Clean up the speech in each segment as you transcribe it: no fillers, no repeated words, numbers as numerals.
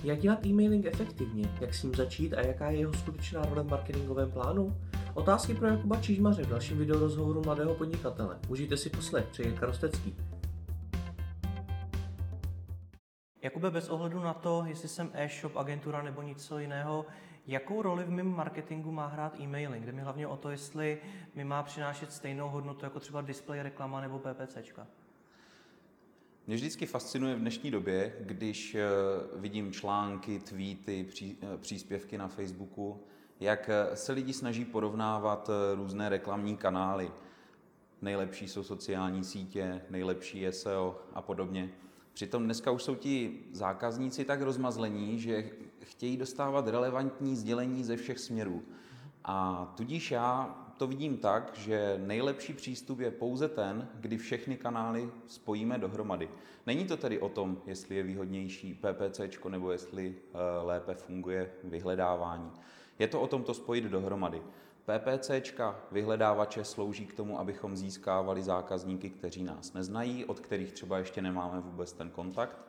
Jak dělat e-mailing efektivně, jak s ním začít a jaká je jeho skutečná role v marketingovém plánu? Otázky pro Jakuba Čižmaře v dalším videorozhovoru mladého podnikatele. Užijte si poslech, přeje Jirka Rostecký. Jakube, bez ohledu na to, jestli jsem e-shop, agentura nebo něco jiného, jakou roli v mém marketingu má hrát e-mailing? Jde mi hlavně o to, jestli mi má přinášet stejnou hodnotu jako třeba display reklama nebo PPCčka. Mě vždycky fascinuje v dnešní době, když vidím články, tweety, příspěvky na Facebooku, jak se lidi snaží porovnávat různé reklamní kanály. Nejlepší jsou sociální sítě, nejlepší je SEO a podobně. Přitom dneska už jsou ti zákazníci tak rozmazlení, že chtějí dostávat relevantní sdělení ze všech směrů. A tudíž já to vidím tak, že nejlepší přístup je pouze ten, kdy všechny kanály spojíme dohromady. Není to tedy o tom, jestli je výhodnější PPCčko nebo jestli lépe funguje vyhledávání. Je to o tom to spojit dohromady. PPCčka, vyhledávače slouží k tomu, abychom získávali zákazníky, kteří nás neznají, od kterých třeba ještě nemáme vůbec ten kontakt.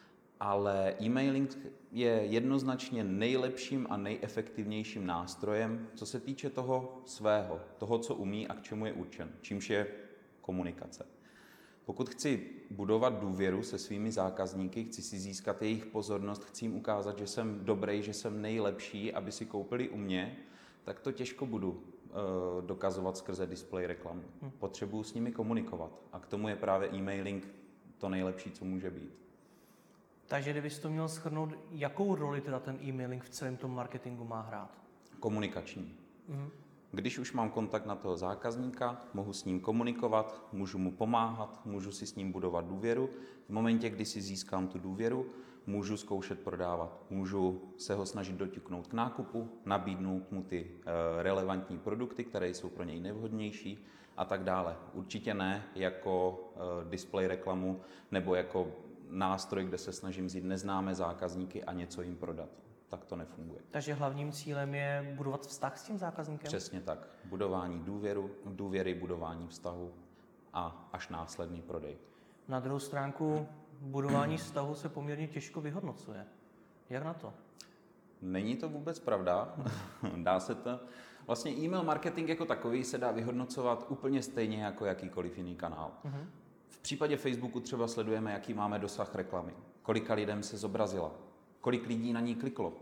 Ale e-mailing je jednoznačně nejlepším a nejefektivnějším nástrojem, co se týče toho svého, toho, co umí a k čemu je určen, čímž je komunikace. Pokud chci budovat důvěru se svými zákazníky, chci si získat jejich pozornost, chci jim ukázat, že jsem dobrý, že jsem nejlepší, aby si koupili u mě, tak to těžko budu dokazovat skrze display reklamu. Potřebuji s nimi komunikovat a k tomu je právě e-mailing to nejlepší, co může být. Takže kdybys to měl shrnout, jakou roli teda ten e-mailing v celém tom marketingu má hrát? Komunikační. Když už mám kontakt na toho zákazníka, mohu s ním komunikovat, můžu mu pomáhat, můžu si s ním budovat důvěru. V momentě, kdy si získám tu důvěru, můžu zkoušet prodávat. Můžu se ho snažit dotiknout k nákupu, nabídnout mu ty relevantní produkty, které jsou pro něj nevhodnější a tak dále. Určitě ne jako display reklamu nebo jako nástroj, kde se snažím vzít neznámé zákazníky a něco jim prodat. Tak to nefunguje. Takže hlavním cílem je budovat vztah s tím zákazníkem? Přesně tak. Budování důvěry, budování vztahu a až následný prodej. Na druhou stránku budování vztahu se poměrně těžko vyhodnocuje. Jak na to? Není to vůbec pravda. Dá se to. Vlastně e-mail marketing jako takový se dá vyhodnocovat úplně stejně jako jakýkoliv jiný kanál. V případě Facebooku třeba sledujeme, jaký máme dosah reklamy, kolika lidem se zobrazila, kolik lidí na ní kliklo.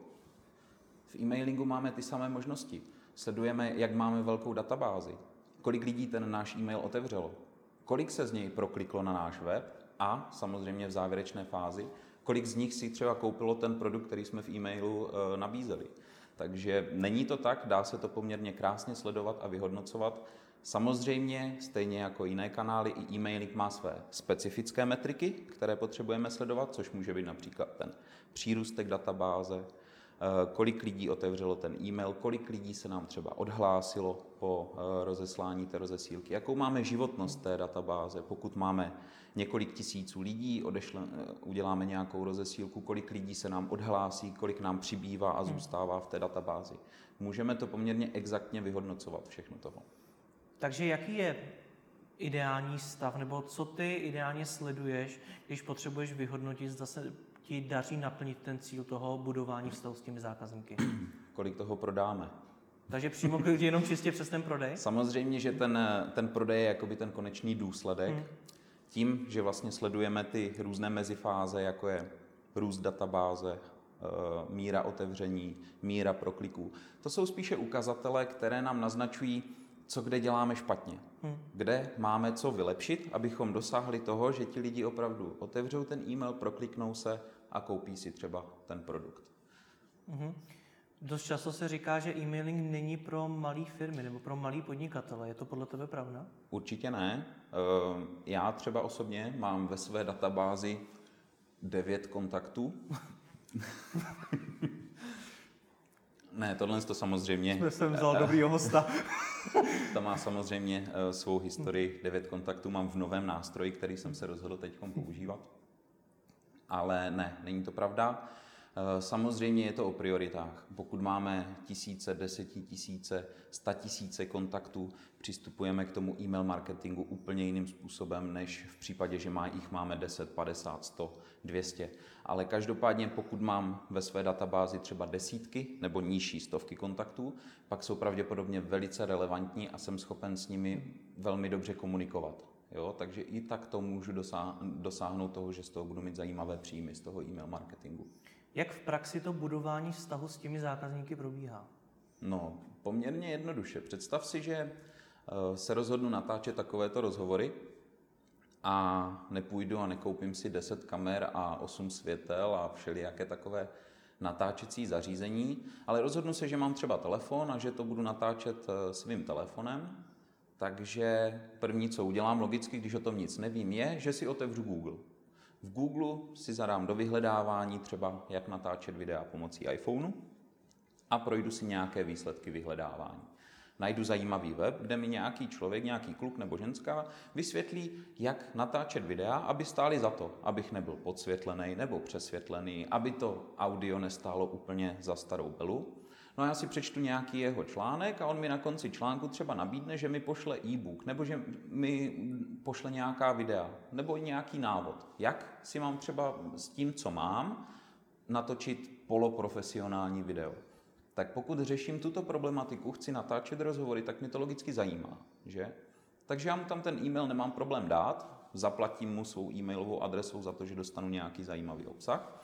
V e-mailingu máme ty samé možnosti. Sledujeme, jak máme velkou databázi, kolik lidí ten náš e-mail otevřelo, kolik se z něj prokliklo na náš web a samozřejmě v závěrečné fázi, kolik z nich si třeba koupilo ten produkt, který jsme v e-mailu nabízeli. Takže není to tak, dá se to poměrně krásně sledovat a vyhodnocovat. Samozřejmě, stejně jako jiné kanály, i e-mailing má své specifické metriky, které potřebujeme sledovat, což může být například ten přírůstek databáze, kolik lidí otevřelo ten e-mail, kolik lidí se nám třeba odhlásilo po rozeslání té rozesílky, jakou máme životnost té databáze, pokud máme několik tisíců lidí, uděláme nějakou rozesílku, kolik lidí se nám odhlásí, kolik nám přibývá a zůstává v té databázi. Můžeme to poměrně exaktně vyhodnocovat všechno toho. Takže jaký je ideální stav, nebo co ty ideálně sleduješ, když potřebuješ vyhodnotit, zda se ti daří naplnit ten cíl toho budování vztahu s těmi zákazníky? Kolik toho prodáme. Takže přímo jenom čistě přes ten prodej? Samozřejmě, že ten prodej je jakoby ten konečný důsledek. Tím, že vlastně sledujeme ty různé mezifáze, jako je růst databáze, míra otevření, míra prokliků. To jsou spíše ukazatele, které nám naznačují, co kde děláme špatně. Kde máme co vylepšit, abychom dosáhli toho, že ti lidi opravdu otevřou ten e-mail, prokliknou se a koupí si třeba ten produkt. Dost často se říká, že e-mailing není pro malé firmy nebo pro malé podnikatele. Je to podle tebe pravda? Určitě ne. Já třeba osobně mám ve své databázi 9 kontaktů. Ne, tohle to samozřejmě... Jsem vzal dobrýho hosta. To má samozřejmě svou historii. 9 kontaktů mám v novém nástroji, který jsem se rozhodl teď používat. Ale ne, není to pravda. Samozřejmě je to o prioritách. Pokud máme tisíce, 10 000, 100 000 kontaktů, přistupujeme k tomu e-mail marketingu úplně jiným způsobem, než v případě, že jich máme 10, 50, 100, 200. Ale každopádně, pokud mám ve své databázi třeba desítky nebo nižší stovky kontaktů, pak jsou pravděpodobně velice relevantní a jsem schopen s nimi velmi dobře komunikovat. Jo? Takže i tak to můžu dosáhnout toho, že z toho budu mít zajímavé příjmy z toho e-mail marketingu. Jak v praxi to budování vztahu s těmi zákazníky probíhá? No, poměrně jednoduše. Představ si, že se rozhodnu natáčet takovéto rozhovory a nepůjdu a nekoupím si 10 kamer a 8 světel a všelijaké takové natáčecí zařízení, ale rozhodnu se, že mám třeba telefon a že to budu natáčet svým telefonem. Takže první, co udělám logicky, když o tom nic nevím, je, že si otevřu Google. V Google si zadám do vyhledávání třeba, jak natáčet videa pomocí iPhoneu a projdu si nějaké výsledky vyhledávání. Najdu zajímavý web, kde mi nějaký člověk, nějaký kluk nebo ženská vysvětlí, jak natáčet videa, aby stály za to, abych nebyl podsvětlený nebo přesvětlený, aby to audio nestálo úplně za starou belu. No a já si přečtu nějaký jeho článek a on mi na konci článku třeba nabídne, že mi pošle e-book, nebo že mi pošle nějaká videa, nebo nějaký návod, jak si mám třeba s tím, co mám, natočit poloprofesionální video. Tak pokud řeším tuto problematiku, chci natáčet rozhovory, tak mě to logicky zajímá, že? Takže já mu tam ten e-mail nemám problém dát, zaplatím mu svou e-mailovou adresou za to, že dostanu nějaký zajímavý obsah.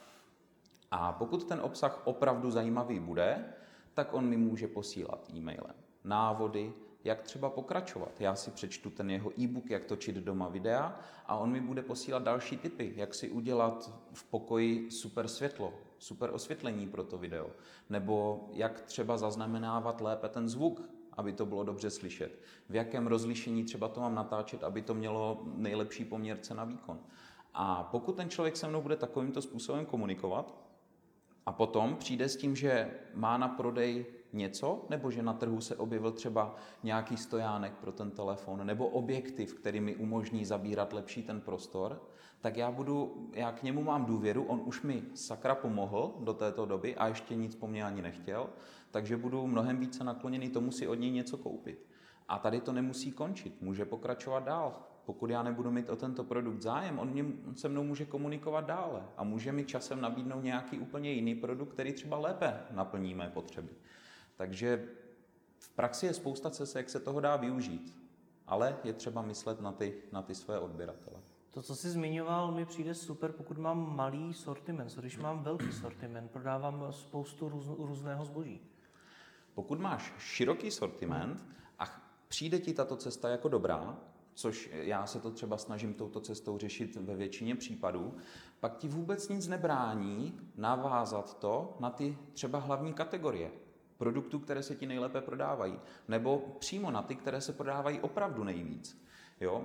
A pokud ten obsah opravdu zajímavý bude, tak on mi může posílat e-mailem návody, jak třeba pokračovat. Já si přečtu ten jeho e-book, jak točit doma videa a on mi bude posílat další tipy, jak si udělat v pokoji super světlo, super osvětlení pro to video, nebo jak třeba zaznamenávat lépe ten zvuk, aby to bylo dobře slyšet, v jakém rozlišení třeba to mám natáčet, aby to mělo nejlepší poměr cena výkon. A pokud ten člověk se mnou bude takovýmto způsobem komunikovat, a potom přijde s tím, že má na prodej něco, nebo že na trhu se objevil třeba nějaký stojánek pro ten telefon, nebo objektiv, který mi umožní zabírat lepší ten prostor, tak já k němu mám důvěru, on už mi sakra pomohl do této doby a ještě nic po mně ani nechtěl, takže budu mnohem více nakloněný tomu si od něj něco koupit. A tady to nemusí končit, může pokračovat dál. Pokud já nebudu mít o tento produkt zájem, on se mnou může komunikovat dále a může mi časem nabídnout nějaký úplně jiný produkt, který třeba lépe naplní mé potřeby. Takže v praxi je spousta cest, jak se toho dá využít, ale je třeba myslet na ty své odběratele. To, co jsi zmiňoval, mi přijde super, pokud mám malý sortiment. Co když mám velký sortiment, prodávám spoustu různého zboží? Pokud máš široký sortiment a přijde ti tato cesta jako dobrá, což já se to třeba snažím touto cestou řešit ve většině případů, pak ti vůbec nic nebrání navázat to na ty třeba hlavní kategorie produktů, které se ti nejlépe prodávají, nebo přímo na ty, které se prodávají opravdu nejvíc. Jo?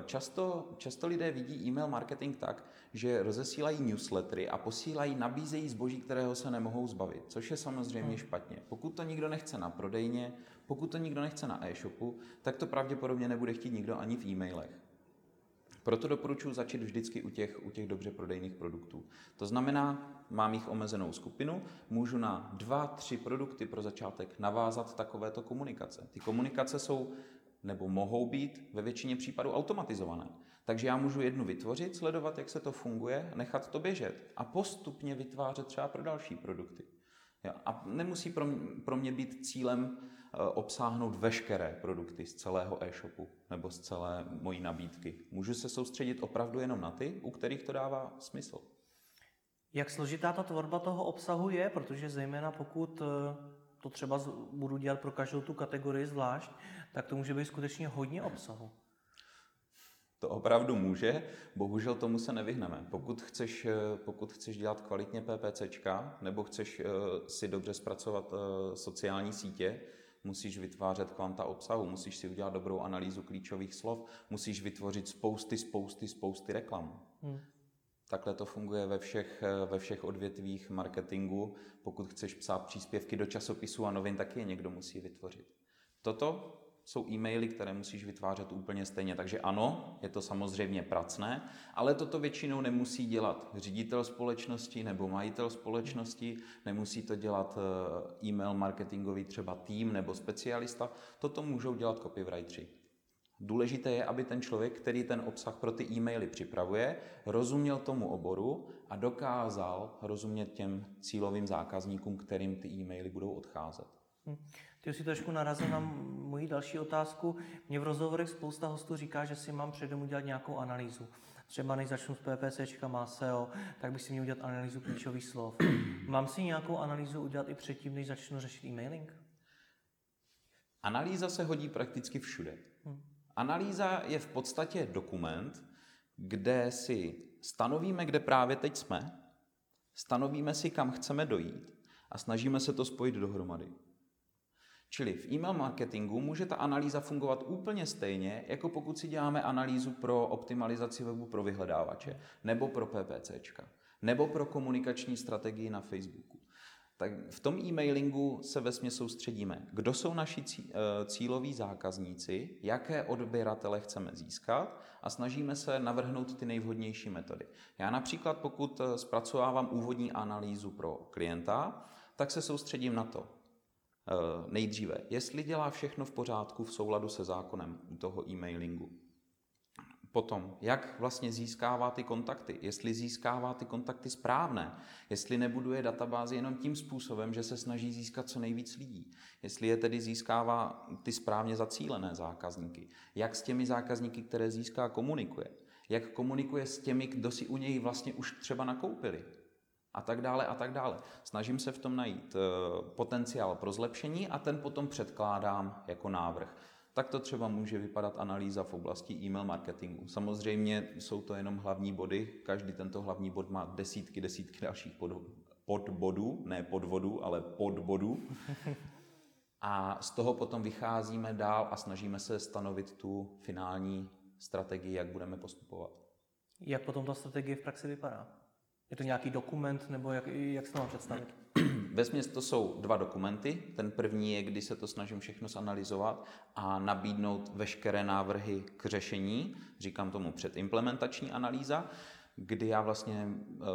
Často lidé vidí e-mail marketing tak, že rozesílají newslettery a nabízejí zboží, kterého se nemohou zbavit, což je samozřejmě špatně. Pokud to nikdo nechce na prodejně, pokud to nikdo nechce na e-shopu, tak to pravděpodobně nebude chtít nikdo ani v e-mailech. Proto doporučuji začít vždycky u těch dobře prodejných produktů. To znamená, mám jich omezenou skupinu, můžu na 2-3 produkty pro začátek navázat takovéto komunikace. Ty komunikace jsou nebo mohou být ve většině případů automatizované. Takže já můžu jednu vytvořit, sledovat, jak se to funguje, nechat to běžet a postupně vytvářet třeba pro další produkty. A nemusí pro mě být cílem obsáhnout veškeré produkty z celého e-shopu nebo z celé mojí nabídky. Můžu se soustředit opravdu jenom na ty, u kterých to dává smysl. Jak složitá ta tvorba toho obsahu je, protože zejména pokud to třeba budu dělat pro každou tu kategorii zvlášť, tak to může být skutečně hodně obsahu. To opravdu může, bohužel tomu se nevyhneme. Pokud chceš dělat kvalitně PPCčka nebo chceš si dobře zpracovat sociální sítě, musíš vytvářet kvanta obsahu, musíš si udělat dobrou analýzu klíčových slov, musíš vytvořit spousty reklam. Takhle to funguje ve všech odvětvích marketingu. Pokud chceš psát příspěvky do časopisů a novin, taky je někdo musí vytvořit. Toto jsou e-maily, které musíš vytvářet úplně stejně. Takže ano, je to samozřejmě pracné, ale toto většinou nemusí dělat ředitel společnosti nebo majitel společnosti, nemusí to dělat e-mail marketingový třeba tým nebo specialista, toto můžou dělat copywriteri. Důležité je, aby ten člověk, který ten obsah pro ty e-maily připravuje, rozuměl tomu oboru a dokázal rozumět těm cílovým zákazníkům, kterým ty e-maily budou odcházet. Ty už si trošku narazil na moji další otázku. Mě v rozhovorech spousta hostů říká, že si mám předem udělat nějakou analýzu. Třeba než začnu s PPCčkama, SEO, tak bych si měl udělat analýzu klíčových slov. Mám si nějakou analýzu udělat i předtím, než začnu řešit e-mailing? Analýza se hodí prakticky všude. Analýza je v podstatě dokument, kde si stanovíme, kde právě teď jsme, stanovíme si, kam chceme dojít a snažíme se to spojit dohromady. Čili v e-mail marketingu může ta analýza fungovat úplně stejně, jako pokud si děláme analýzu pro optimalizaci webu pro vyhledávače, nebo pro PPCčka, nebo pro komunikační strategii na Facebooku. Tak v tom e-mailingu se vesměs soustředíme, kdo jsou naši cíloví zákazníci, jaké odběratele chceme získat a snažíme se navrhnout ty nejvhodnější metody. Já například, pokud zpracovávám úvodní analýzu pro klienta, tak se soustředím na to. Nejdříve, jestli dělá všechno v pořádku v souladu se zákonem u toho e-mailingu. Potom, jak vlastně získává ty kontakty, jestli získává ty kontakty správné, jestli nebuduje databázi jenom tím způsobem, že se snaží získat co nejvíc lidí, jestli je tedy získává ty správně zacílené zákazníky, jak s těmi zákazníky, které získá, komunikuje, jak komunikuje s těmi, kdo si u něj vlastně už třeba nakoupili a tak dále a tak dále. Snažím se v tom najít potenciál pro zlepšení a ten potom předkládám jako návrh. Tak to třeba může vypadat analýza v oblasti e-mail marketingu. Samozřejmě jsou to jenom hlavní body, každý tento hlavní bod má desítky dalších podbodů, ne podvodů, ale podbodů. A z toho potom vycházíme dál a snažíme se stanovit tu finální strategii, jak budeme postupovat. Jak potom ta strategie v praxi vypadá? Je to nějaký dokument, nebo jak se to mám představit? Vesměs to jsou 2 dokumenty. Ten první je, kdy se to snažím všechno zanalyzovat a nabídnout veškeré návrhy k řešení. Říkám tomu předimplementační analýza, kdy já vlastně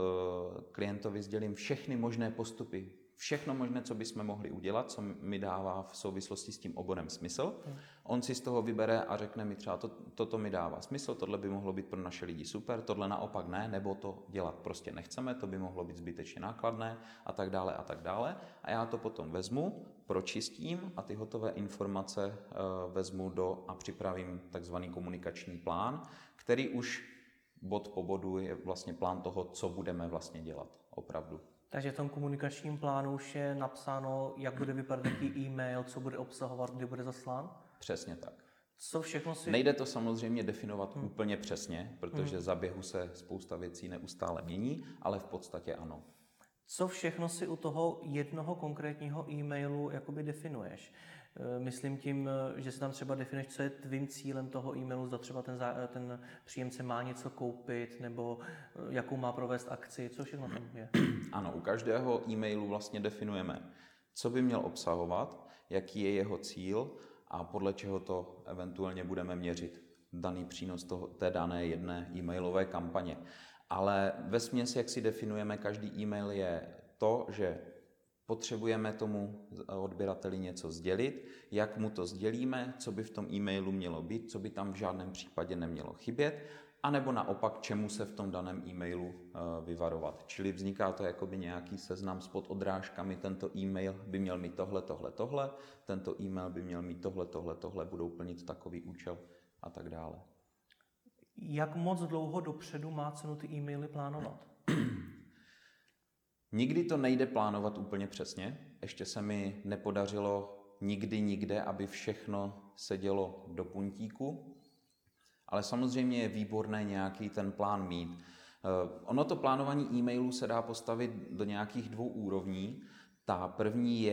klientovi sdělím všechny možné postupy, všechno možné, co bychom mohli udělat, co mi dává v souvislosti s tím oborem smysl. On si z toho vybere a řekne mi třeba, toto mi dává smysl, tohle by mohlo být pro naše lidi super, tohle naopak ne, nebo to dělat prostě nechceme, to by mohlo být zbytečně nákladné a tak dále a tak dále. A já to potom vezmu, pročistím a ty hotové informace vezmu a připravím takzvaný komunikační plán, který už bod po bodu je vlastně plán toho, co budeme vlastně dělat opravdu. Takže v tom komunikačním plánu už je napsáno, jak bude vypadat jaký e-mail, co bude obsahovat, kdy bude zaslán? Přesně tak. Co všechno si... Nejde to samozřejmě definovat úplně přesně, protože za běhu se spousta věcí neustále mění, ale v podstatě ano. Co všechno si u toho jednoho konkrétního e-mailu jakoby definuješ? Myslím tím, že si tam třeba definuješ, co je tvým cílem toho e-mailu, zda třeba ten příjemce má něco koupit, nebo jakou má provést akci, co všechno tam je? Ano, u každého e-mailu vlastně definujeme, co by měl obsahovat, jaký je jeho cíl a podle čeho to eventuálně budeme měřit, daný přínos té dané jedné e-mailové kampaně. Ale vesměs, jak si definujeme každý e-mail, je to, že potřebujeme tomu odběrateli něco sdělit, jak mu to sdělíme, co by v tom e-mailu mělo být, co by tam v žádném případě nemělo chybět, anebo naopak, čemu se v tom daném e-mailu vyvarovat. Čili vzniká to jakoby nějaký seznam s pododrážkami, tento e-mail by měl mít tohle, tento e-mail by měl mít tohle, budou plnit takový účel a tak dále. Jak moc dlouho dopředu má cenu ty e-maily plánovat? Nikdy to nejde plánovat úplně přesně. Ještě se mi nepodařilo nikde, aby všechno se dělo do puntíku. Ale samozřejmě je výborné nějaký ten plán mít. Ono to plánování e-mailů se dá postavit do nějakých 2 úrovní. Ta první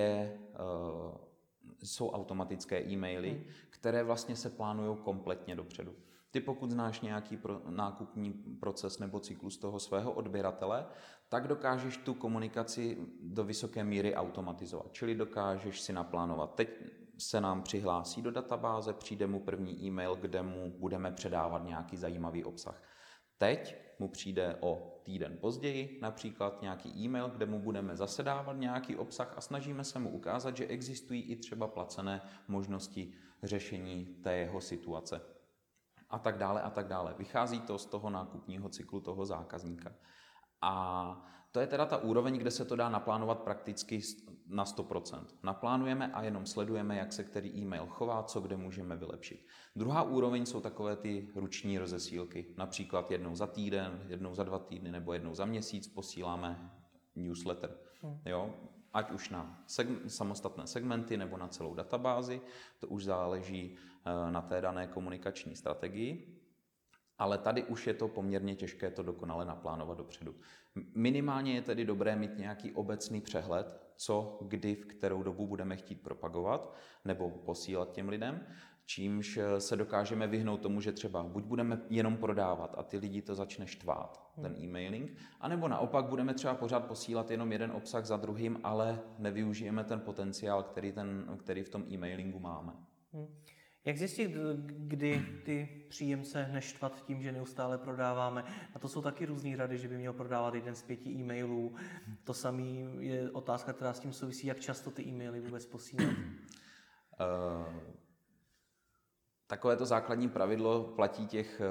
jsou automatické e-maily, které vlastně se plánují kompletně dopředu. Ty pokud znáš nějaký nákupní proces nebo cyklus toho svého odběratele, tak dokážeš tu komunikaci do vysoké míry automatizovat. Čili dokážeš si naplánovat. Teď se nám přihlásí do databáze, přijde mu první e-mail, kde mu budeme předávat nějaký zajímavý obsah. Teď mu přijde o týden později například nějaký e-mail, kde mu budeme zase dávat nějaký obsah a snažíme se mu ukázat, že existují i třeba placené možnosti řešení té jeho situace. A tak dále, a tak dále. Vychází to z toho nákupního cyklu toho zákazníka. A to je teda ta úroveň, kde se to dá naplánovat prakticky na 100%. Naplánujeme a jenom sledujeme, jak se který e-mail chová, co kde můžeme vylepšit. Druhá úroveň jsou takové ty ruční rozesílky. Například jednou za týden, jednou za 2 týdny nebo jednou za měsíc posíláme newsletter. Jo? Ať už na samostatné segmenty nebo na celou databázi. To už záleží na té dané komunikační strategii. Ale tady už je to poměrně těžké to dokonale naplánovat dopředu. Minimálně je tedy dobré mít nějaký obecný přehled, co, kdy, v kterou dobu budeme chtít propagovat nebo posílat těm lidem, čímž se dokážeme vyhnout tomu, že třeba buď budeme jenom prodávat a ty lidi to začne štvát, ten e-mailing, anebo naopak budeme třeba pořád posílat jenom jeden obsah za druhým, ale nevyužijeme ten potenciál, který v tom e-mailingu máme. Jak zjistit, kdy ty příjemce neštvat tím, že neustále prodáváme? A to jsou taky různý rady, že by měl prodávat jeden z 5 e-mailů. To samý je otázka, která s tím souvisí, jak často ty e-maily vůbec posílat. Takové to základní pravidlo platí těch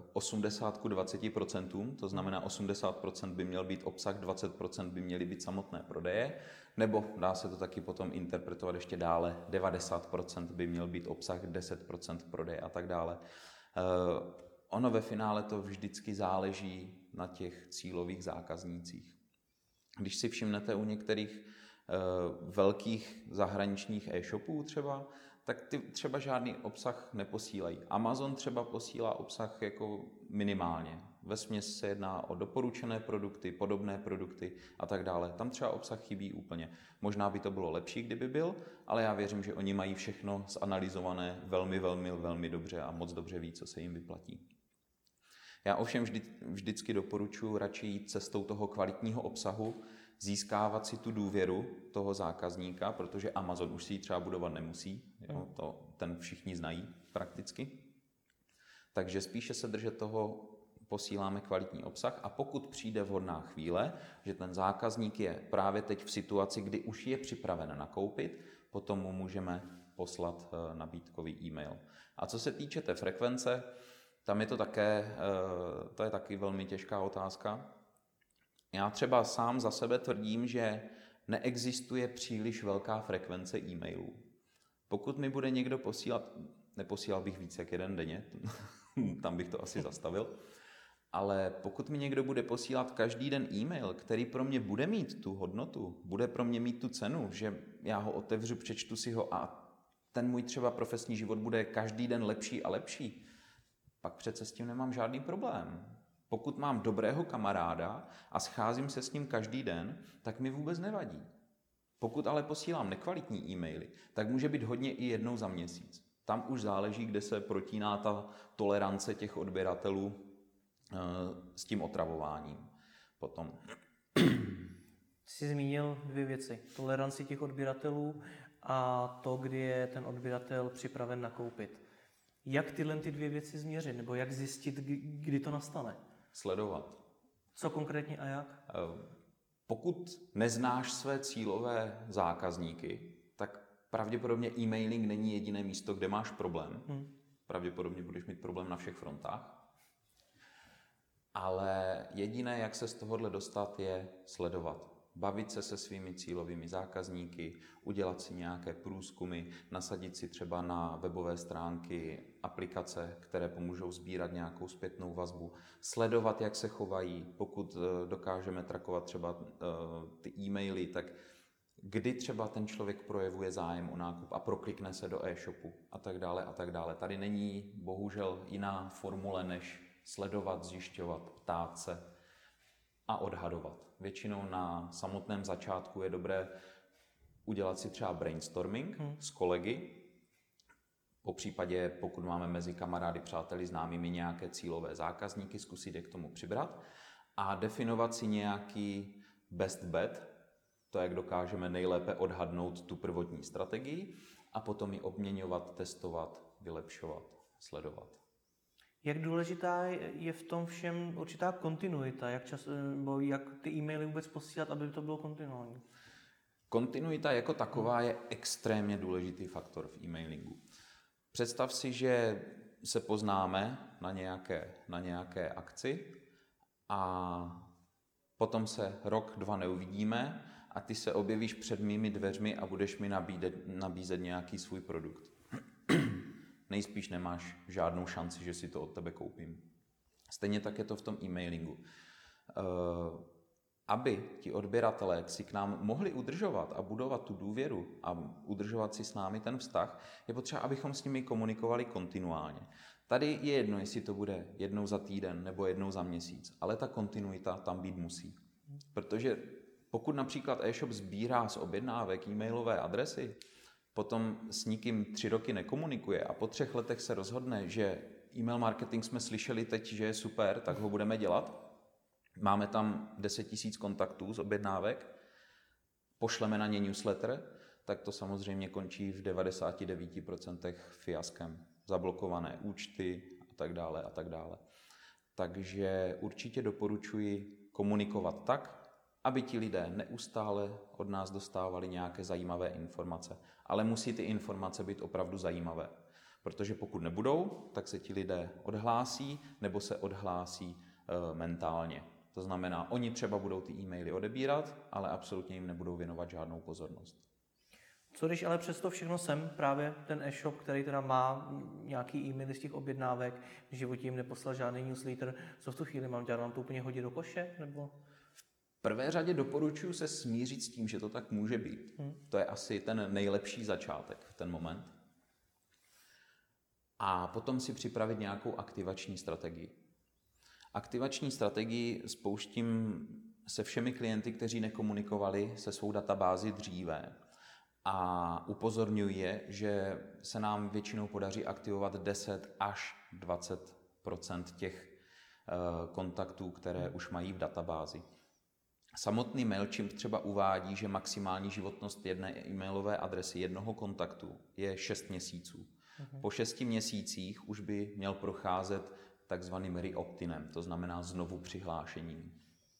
80-20%, to znamená 80% by měl být obsah, 20% by měly být samotné prodeje, nebo dá se to taky potom interpretovat ještě dále, 90% by měl být obsah, 10% prodeje a tak dále. Ono ve finále to vždycky záleží na těch cílových zákaznících. Když si všimnete u některých velkých zahraničních e-shopů třeba, tak ty třeba žádný obsah neposílají. Amazon třeba posílá obsah jako minimálně. Vesměs se jedná o doporučené produkty, podobné produkty a tak dále. Tam třeba obsah chybí úplně. Možná by to bylo lepší, kdyby byl, ale já věřím, že oni mají všechno zanalyzované velmi, velmi, velmi dobře a moc dobře ví, co se jim vyplatí. Já ovšem vždycky doporučuji radši jít cestou toho kvalitního obsahu, získávat si tu důvěru toho zákazníka, protože Amazon už si ji třeba budovat nemusí, jo, ten všichni znají prakticky. Takže spíše se držet toho, posíláme kvalitní obsah a pokud přijde vhodná chvíle, že ten zákazník je právě teď v situaci, kdy už je připraven nakoupit, potom mu můžeme poslat nabídkový e-mail. A co se týče té frekvence, tam je to také, to je taky velmi těžká otázka. Já třeba sám za sebe tvrdím, že neexistuje příliš velká frekvence e-mailů. Pokud mi bude někdo posílat, neposílal bych víc jak jeden denně, tam bych to asi zastavil, ale pokud mi někdo bude posílat každý den e-mail, který pro mě bude mít tu hodnotu, bude pro mě mít tu cenu, že já ho otevřu, přečtu si ho a ten můj třeba profesní život bude každý den lepší a lepší, pak přece s tím nemám žádný problém. Pokud mám dobrého kamaráda a scházím se s ním každý den, tak mi vůbec nevadí. Pokud ale posílám nekvalitní e-maily, tak může být hodně i jednou za měsíc. Tam už záleží, kde se protíná ta tolerance těch odběratelů s tím otravováním. Potom. Jsi zmínil 2 věci. Toleranci těch odběratelů a to, kdy je ten odběratel připraven nakoupit. Jak tyhle 2 věci změřit, nebo jak zjistit, kdy to nastane? Sledovat. Co konkrétně a jak? Pokud neznáš své cílové zákazníky, tak pravděpodobně e-mailing není jediné místo, kde máš problém. Pravděpodobně budeš mít problém na všech frontách. Ale jediné, jak se z tohohle dostat, je sledovat. Bavit se svými cílovými zákazníky, udělat si nějaké průzkumy, nasadit si třeba na webové stránky aplikace, které pomůžou sbírat nějakou zpětnou vazbu, sledovat, jak se chovají, pokud dokážeme trackovat třeba ty e-maily, tak kdy třeba ten člověk projevuje zájem o nákup a proklikne se do e-shopu a tak dále a tak dále. Tady není bohužel jiná formule, než sledovat, zjišťovat, ptát se a odhadovat. Většinou na samotném začátku je dobré udělat si třeba brainstorming s kolegy, popřípadě pokud máme mezi kamarády, přáteli, známými nějaké cílové zákazníky, zkusit je k tomu přibrat a definovat si nějaký best bet, to jak dokážeme nejlépe odhadnout tu prvotní strategii a potom ji obměňovat, testovat, vylepšovat, sledovat. Jak důležitá je v tom všem určitá kontinuita, jak ty e-maily vůbec posílat, aby to bylo kontinuální? Kontinuita jako taková je extrémně důležitý faktor v e-mailingu. Představ si, že se poznáme na nějaké akci a potom se rok, 2 neuvidíme a ty se objevíš před mými dveřmi a budeš mi nabízet nějaký svůj produkt. Nejspíš nemáš žádnou šanci, že si to od tebe koupím. Stejně tak je to v tom e-mailingu. Aby ti odběratelé si k nám mohli udržovat a budovat tu důvěru a udržovat si s námi ten vztah, je potřeba, abychom s nimi komunikovali kontinuálně. Tady je jedno, jestli to bude jednou za týden nebo jednou za měsíc, ale ta kontinuita tam být musí. Protože pokud například e-shop sbírá z objednávek e-mailové adresy, potom s nikým 3 roky nekomunikuje a po 3 letech se rozhodne, že e-mail marketing jsme slyšeli teď, že je super, tak ho budeme dělat, máme tam 10 000 kontaktů z objednávek, pošleme na ně newsletter, tak to samozřejmě končí v 99% fiaskem. Zablokované účty a tak dále a tak dále. Takže určitě doporučuji komunikovat tak, aby ti lidé neustále od nás dostávali nějaké zajímavé informace. Ale musí ty informace být opravdu zajímavé. Protože pokud nebudou, tak se ti lidé odhlásí nebo se odhlásí mentálně. To znamená, oni třeba budou ty e-maily odebírat, ale absolutně jim nebudou věnovat žádnou pozornost. Co když ale přesto všechno jsem právě ten e-shop, který teda má nějaký e-maily z těch objednávek, v životě jim neposlal žádný newsletter, co v tu chvíli mám dělat? Mám to úplně hodit do koše? Nebo? V prvé řadě doporučuji se smířit s tím, že to tak může být. To je asi ten nejlepší začátek v ten moment. A potom si připravit nějakou aktivační strategii. Aktivační strategii spouštím se všemi klienty, kteří nekomunikovali se svou databází dříve. A upozorňuji je, že se nám většinou podaří aktivovat 10 až 20% těch kontaktů, které už mají v databázi. Samotný MailChimp třeba uvádí, že maximální životnost jedné e-mailové adresy jednoho kontaktu je 6 měsíců. Po 6 měsících už by měl procházet takzvaným reopt-inem, to znamená znovu přihlášením.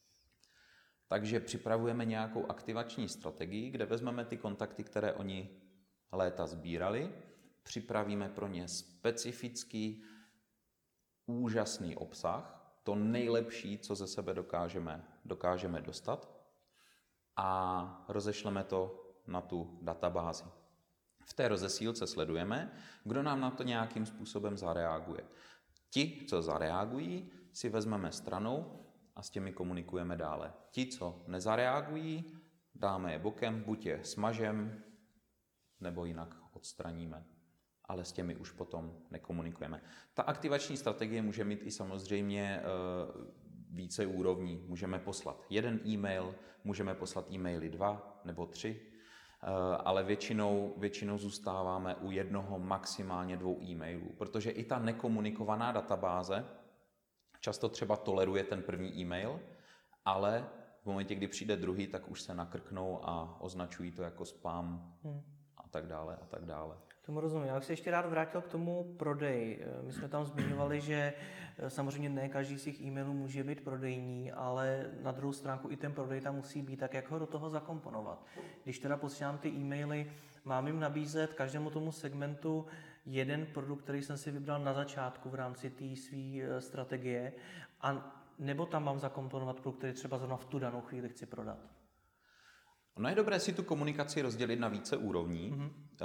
Takže připravujeme nějakou aktivační strategii, kde vezmeme ty kontakty, které oni léta sbírali, připravíme pro ně specifický, úžasný obsah, to nejlepší, co ze sebe dokážeme dostat a rozešleme to na tu databázi. V té rozesílce sledujeme, kdo nám na to nějakým způsobem zareaguje. Ti, co zareagují, si vezmeme stranou a s těmi komunikujeme dále. Ti, co nezareagují, dáme je bokem, buď je smažem, nebo jinak odstraníme. Ale s těmi už potom nekomunikujeme. Ta aktivační strategie může mít i samozřejmě více úrovní. Můžeme poslat 1 e-mail, můžeme poslat e-maily 2 nebo 3, ale většinou zůstáváme u 1, maximálně 2 e-mailů, protože i ta nekomunikovaná databáze často třeba toleruje ten první e-mail, ale v momentě, kdy přijde druhý, tak už se nakrknou a označují to jako spam a tak dále a tak dále. Tomu rozumím. Já bych se ještě rád vrátil k tomu prodeji. My jsme tam zmiňovali, že samozřejmě ne každý z těch e-mailů může být prodejní, ale na druhou stránku i ten prodej tam musí být, tak jak ho do toho zakomponovat. Když teda posílám ty e-maily, mám jim nabízet každému tomu segmentu jeden produkt, který jsem si vybral na začátku v rámci té své strategie, a nebo tam mám zakomponovat produkt, který třeba zrovna v tu danou chvíli chci prodat. No je dobré si tu komunikaci rozdělit na více úrovní.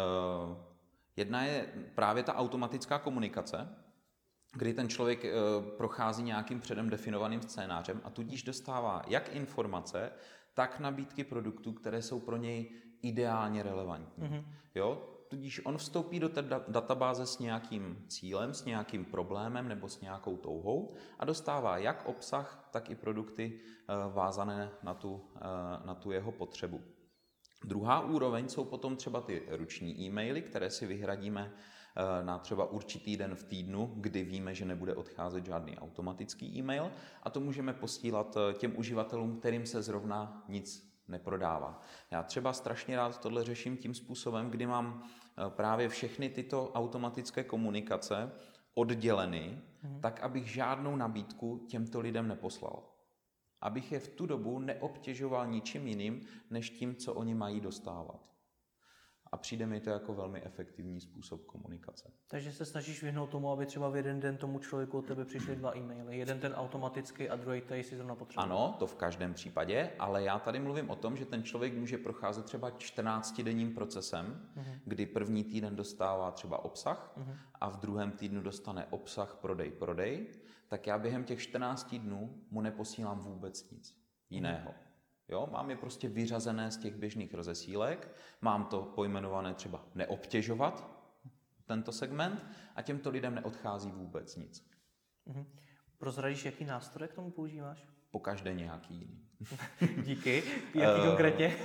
Jedna je právě ta automatická komunikace, kdy ten člověk prochází nějakým předem definovaným scénářem a tudíž dostává jak informace, tak nabídky produktů, které jsou pro něj ideálně relevantní. Jo? Tudíž on vstoupí do té databáze s nějakým cílem, s nějakým problémem nebo s nějakou touhou a dostává jak obsah, tak i produkty vázané na tu jeho potřebu. Druhá úroveň jsou potom třeba ty ruční e-maily, které si vyhradíme na třeba určitý den v týdnu, kdy víme, že nebude odcházet žádný automatický e-mail, a to můžeme posílat těm uživatelům, kterým se zrovna nic neprodává. Já třeba strašně rád tohle řeším tím způsobem, kdy mám právě všechny tyto automatické komunikace odděleny, tak abych žádnou nabídku těmto lidem neposlal. Abych je v tu dobu neobtěžoval ničím jiným, než tím, co oni mají dostávat. A přijde mi to jako velmi efektivní způsob komunikace. Takže se snažíš vyhnout tomu, aby třeba v jeden den tomu člověku od tebe přišly 2 e-maily. Jeden ten automaticky a druhý tady si zrovna potřebuje. Ano, to v každém případě, ale já tady mluvím o tom, že ten člověk může procházet třeba 14denním procesem, kdy první týden dostává třeba obsah a v druhém týdnu dostane obsah, prodej, tak já během těch 14 dnů mu neposílám vůbec nic jiného. Jo, mám je prostě vyřazené z těch běžných rozesílek, mám to pojmenované třeba neobtěžovat, tento segment, a těmto lidem neodchází vůbec nic. Prozradíš, jaký nástroj k tomu používáš? Pokaždé nějaký jiný. Díky. Jaký konkrétně?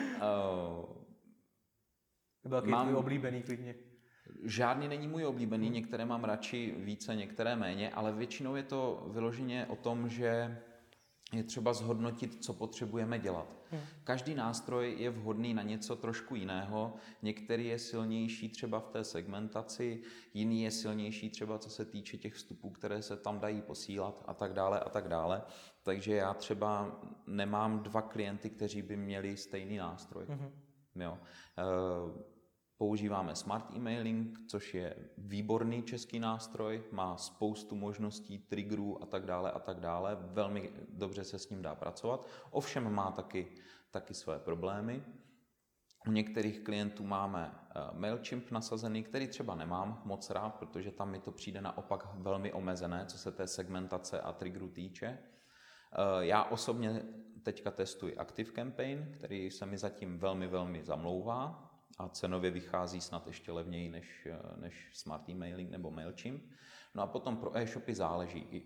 Nebo jaký mám- tvůj oblíbený klidně? Žádný není můj oblíbený, některé mám radši více, některé méně, ale většinou je to vyloženě o tom, že je třeba zhodnotit, co potřebujeme dělat. Každý nástroj je vhodný na něco trošku jiného. Některý je silnější třeba v té segmentaci, jiný je silnější třeba co se týče těch vstupů, které se tam dají posílat a tak dále a tak dále. Takže já třeba nemám 2 klienty, kteří by měli stejný nástroj. Jo. Používáme Smart Emailing, což je výborný český nástroj, má spoustu možností, triggerů a tak dále. Velmi dobře se s ním dá pracovat, ovšem má taky své problémy. U některých klientů máme Mailchimp nasazený, který třeba nemám moc rád, protože tam mi to přijde naopak velmi omezené, co se té segmentace a triggeru týče. Já osobně teďka testuji ActiveCampaign, který se mi zatím velmi, velmi zamlouvá a cenově vychází snad ještě levněji než Smart Emailing nebo Mailchimp. No a potom pro e-shopy záleží.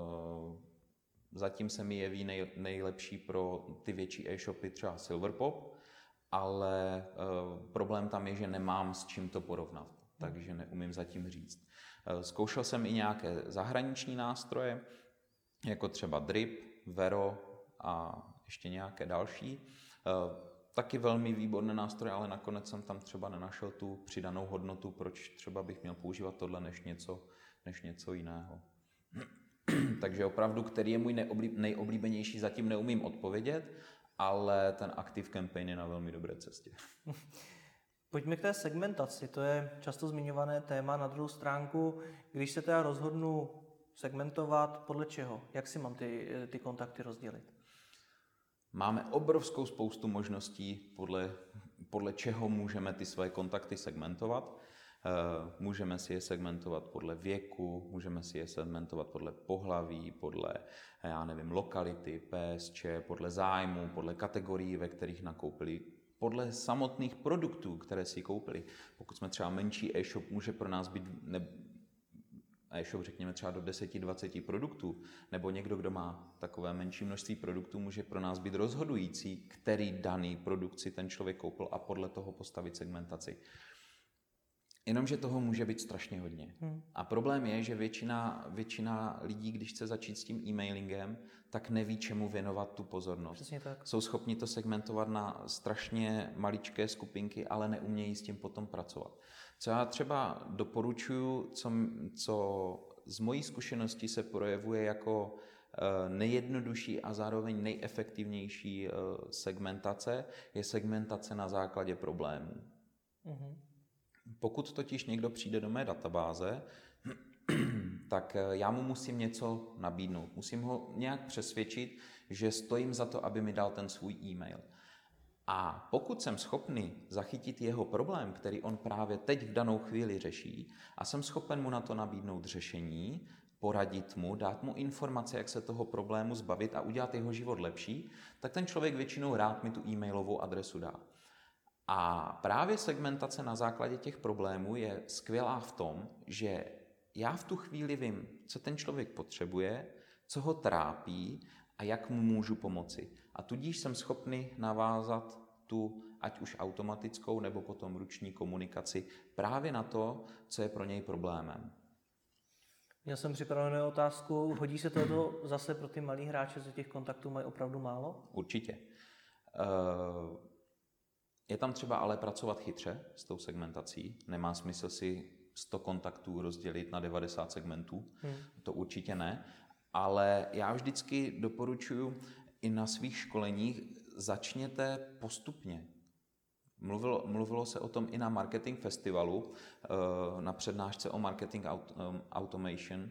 Zatím se mi jeví nejlepší pro ty větší e-shopy třeba Silverpop, ale problém tam je, že nemám s čím to porovnat, takže neumím zatím říct. Zkoušel jsem i nějaké zahraniční nástroje, jako třeba Drip, Vero a ještě nějaké další. Taky velmi výborné nástroje, ale nakonec jsem tam třeba nenašel tu přidanou hodnotu, proč třeba bych měl používat tohle než něco jiného. Takže opravdu, který je můj nejoblíbenější, zatím neumím odpovědět, ale ten ActiveCampaign je na velmi dobré cestě. Pojďme k té segmentaci, to je často zmiňované téma. Na druhou stránku, když se teda rozhodnu segmentovat, podle čeho? Jak si mám ty kontakty rozdělit? Máme obrovskou spoustu možností, podle čeho můžeme ty své kontakty segmentovat. Můžeme si je segmentovat podle věku, můžeme si je segmentovat podle pohlaví, podle, lokality, PSČ, podle zájmu, podle kategorií, ve kterých nakoupili, podle samotných produktů, které si koupili. Pokud jsme třeba menší e-shop, může pro nás být e-shop, řekněme třeba do 10-20 produktů, nebo někdo, kdo má takové menší množství produktů, může pro nás být rozhodující, který daný produkt si ten člověk koupil a podle toho postavit segmentaci. Jenomže toho může být strašně hodně. A problém je, že většina lidí, když chce začít s tím e-mailingem, tak neví, čemu věnovat tu pozornost. Přesně tak. Jsou schopni to segmentovat na strašně maličké skupinky, ale neumějí s tím potom pracovat. Co já třeba doporučuji, co z mojí zkušenosti se projevuje jako nejjednodušší a zároveň nejefektivnější segmentace, je segmentace na základě problémů. Pokud totiž někdo přijde do mé databáze, tak já mu musím něco nabídnout. Musím ho nějak přesvědčit, že stojím za to, aby mi dal ten svůj e-mail. A pokud jsem schopný zachytit jeho problém, který on právě teď v danou chvíli řeší, a jsem schopen mu na to nabídnout řešení, poradit mu, dát mu informace, jak se toho problému zbavit a udělat jeho život lepší, tak ten člověk většinou rád mi tu e-mailovou adresu dá. A právě segmentace na základě těch problémů je skvělá v tom, že já v tu chvíli vím, co ten člověk potřebuje, co ho trápí a jak mu můžu pomoci. A tudíž jsem schopný navázat tu, ať už automatickou nebo potom ruční komunikaci právě na to, co je pro něj problémem. Měl jsem připravenou otázku, hodí se toto zase pro ty malý hráče, že těch kontaktů mají opravdu málo? Určitě. Je tam třeba ale pracovat chytře s tou segmentací. Nemá smysl si 100 kontaktů rozdělit na 90 segmentů. To určitě ne. Ale já vždycky doporučuji i na svých školeních začněte postupně. Mluvilo se o tom i na Marketing Festivalu, na přednášce o Marketing Automation.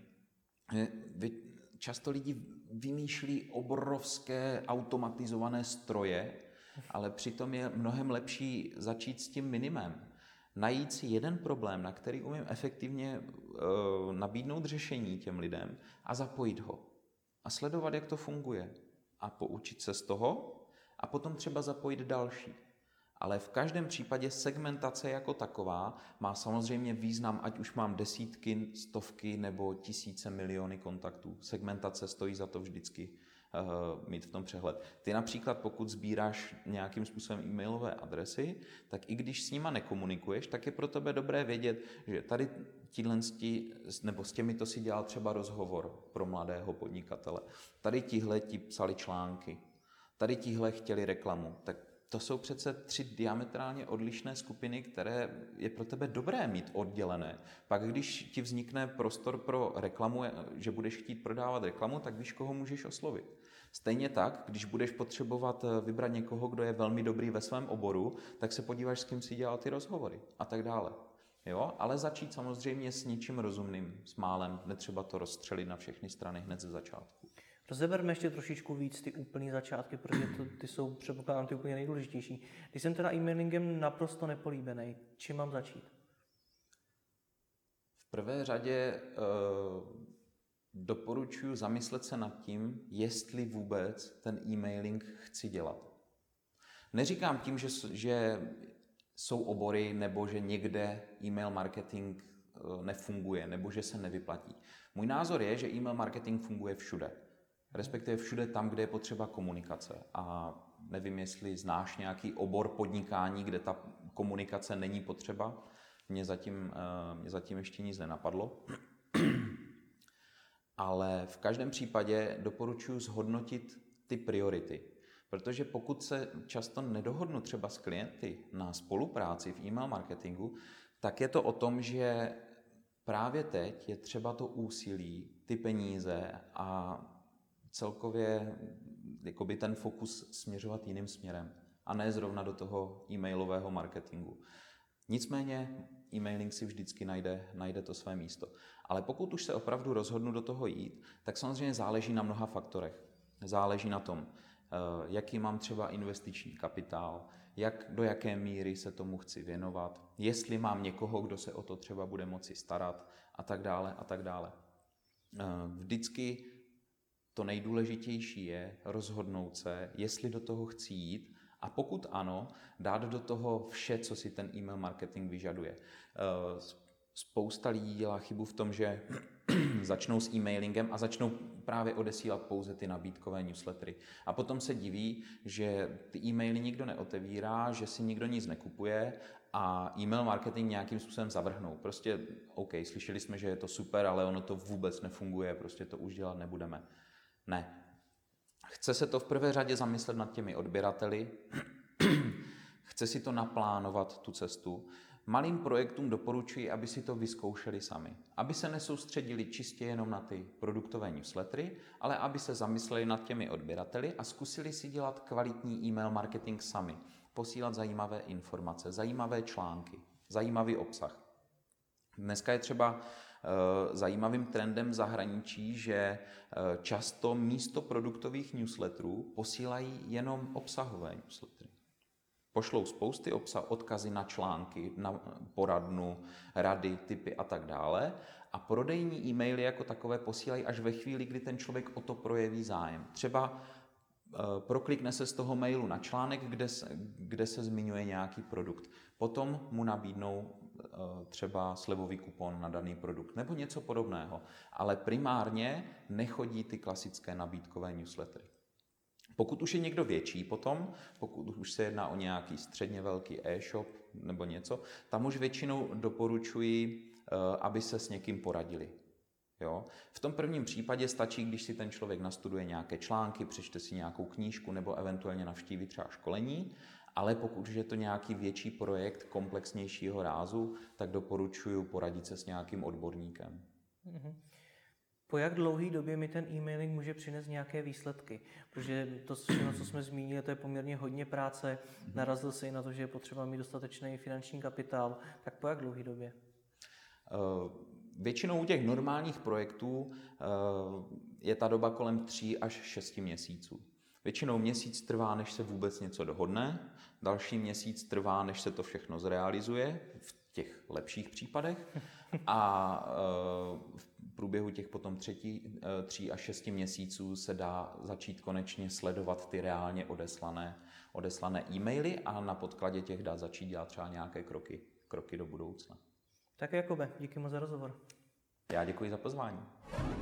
Často lidi vymýšlí obrovské automatizované stroje, ale přitom je mnohem lepší začít s tím minimem. Najít si jeden problém, na který umím efektivně nabídnout řešení těm lidem a zapojit ho. A sledovat, jak to funguje. A poučit se z toho a potom třeba zapojit další. Ale v každém případě segmentace jako taková má samozřejmě význam, ať už mám desítky, stovky nebo tisíce, miliony kontaktů. Segmentace stojí za to vždycky mít v tom přehled. Ty například, pokud sbíráš nějakým způsobem e-mailové adresy, tak i když s nima nekomunikuješ, tak je pro tebe dobré vědět, že tady nebo s těmi to si dělal třeba rozhovor pro mladého podnikatele. Tady tihle ti psali články. Tady tihle chtěli reklamu. Tak to jsou přece 3 diametrálně odlišné skupiny, které je pro tebe dobré mít oddělené. Pak když ti vznikne prostor pro reklamu, že budeš chtít prodávat reklamu, tak víš, koho můžeš oslovit. Stejně tak, když budeš potřebovat vybrat někoho, kdo je velmi dobrý ve svém oboru, tak se podíváš, s kým si dělal ty rozhovory a tak dále. Jo? Ale začít samozřejmě s něčím rozumným, s málem, netřeba to rozstřelit na všechny strany hned ze začátku. Rozeberme ještě trošičku víc ty úplný začátky, protože ty jsou, předpokládám, ty úplně nejdůležitější. Když jsem teda e-mailingem naprosto nepolíbený, čím mám začít? V prvé řadě doporučuji zamyslet se nad tím, jestli vůbec ten e-mailing chci dělat. Neříkám tím, že jsou obory nebo že někde e-mail marketing nefunguje nebo že se nevyplatí. Můj názor je, že e-mail marketing funguje všude. Respektive všude tam, kde je potřeba komunikace. A nevím, jestli znáš nějaký obor podnikání, kde ta komunikace není potřeba. Mně zatím ještě nic nenapadlo. Ale v každém případě doporučuji zhodnotit ty priority. Protože pokud se často nedohodnu třeba s klienty na spolupráci v e-mail marketingu, tak je to o tom, že právě teď je třeba to úsilí, ty peníze a celkově jakoby ten fokus směřovat jiným směrem a ne zrovna do toho e-mailového marketingu. Nicméně e-mailing si vždycky najde to své místo. Ale pokud už se opravdu rozhodnu do toho jít, tak samozřejmě záleží na mnoha faktorech. Záleží na tom, jaký mám třeba investiční kapitál, do jaké míry se tomu chci věnovat, jestli mám někoho, kdo se o to třeba bude moci starat a tak dále a tak dále. Vždycky to nejdůležitější je rozhodnout se, jestli do toho chci jít a pokud ano, dát do toho vše, co si ten e-mail marketing vyžaduje. Spousta lidí dělá chybu v tom, že začnou s e-mailingem a začnou právě odesílat pouze ty nabídkové newslettery. A potom se diví, že ty e-maily nikdo neotevírá, že si nikdo nic nekupuje a e-mail marketing nějakým způsobem zavrhnou. Prostě, OK, slyšeli jsme, že je to super, ale ono to vůbec nefunguje, prostě to už dělat nebudeme. Ne. Chce se to v prvé řadě zamyslet nad těmi odběrateli, chce si to naplánovat, tu cestu. Malým projektům doporučuji, aby si to vyzkoušeli sami. Aby se nesoustředili čistě jenom na ty produktové newslettery, ale aby se zamysleli nad těmi odběrateli a zkusili si dělat kvalitní e-mail marketing sami. Posílat zajímavé informace, zajímavé články, zajímavý obsah. Dneska je třeba zajímavým trendem v zahraničí, že často místo produktových newsletterů posílají jenom obsahové newslettery. Pošlou spousty odkazy na články, na poradnu, rady, tipy a tak dále. A prodejní e-maily jako takové posílají až ve chvíli, kdy ten člověk o to projeví zájem. Třeba proklikne se z toho mailu na článek, kde se zmiňuje nějaký produkt. Potom mu nabídnou třeba slevový kupon na daný produkt nebo něco podobného. Ale primárně nechodí ty klasické nabídkové newslettery. Pokud už je někdo větší potom, pokud už se jedná o nějaký středně velký e-shop nebo něco, tam už většinou doporučuji, aby se s někým poradili. Jo? V tom prvním případě stačí, když si ten člověk nastuduje nějaké články, přečte si nějakou knížku nebo eventuálně navštíví třeba školení, ale pokud je to nějaký větší projekt komplexnějšího rázu, tak doporučuji poradit se s nějakým odborníkem. Po jak dlouhé době mi ten e-mailing může přinést nějaké výsledky? Protože to všechno, co jsme zmínili, to je poměrně hodně práce. Narazil se i na to, že je potřeba mít dostatečný finanční kapitál. Tak po jak dlouhé době? Většinou u těch normálních projektů je ta doba kolem 3 až 6 měsíců. Většinou měsíc trvá, než se vůbec něco dohodne, další měsíc trvá, než se to všechno zrealizuje, v těch lepších případech, a v průběhu těch potom 3 až 6 měsíců se dá začít konečně sledovat ty reálně odeslané e-maily a na podkladě těch dá začít dělat třeba nějaké kroky do budoucna. Tak Jakube, díky moc za rozhovor. Já děkuji za pozvání.